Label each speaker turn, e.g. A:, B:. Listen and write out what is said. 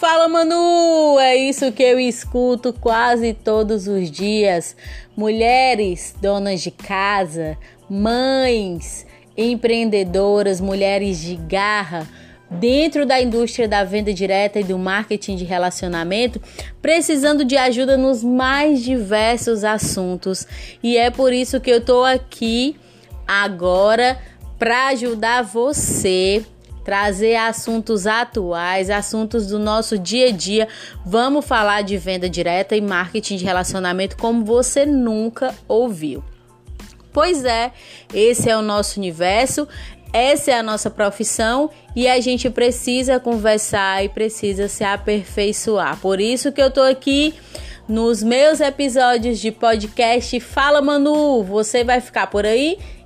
A: Fala, Manu! É isso que eu escuto quase todos os dias. Mulheres donas de casa, mães, empreendedoras, mulheres de garra, dentro da indústria da venda direta e do marketing de relacionamento, precisando de ajuda nos mais diversos assuntos. E é por isso que eu tô aqui agora para ajudar você, trazer assuntos atuais, assuntos do nosso dia a dia. Vamos falar de venda direta e marketing de relacionamento como você nunca ouviu. Pois é, esse é o nosso universo, essa é a nossa profissão e a gente precisa conversar e precisa se aperfeiçoar. Por isso que eu tô aqui nos meus episódios de podcast Fala, Manu. Você vai ficar por aí?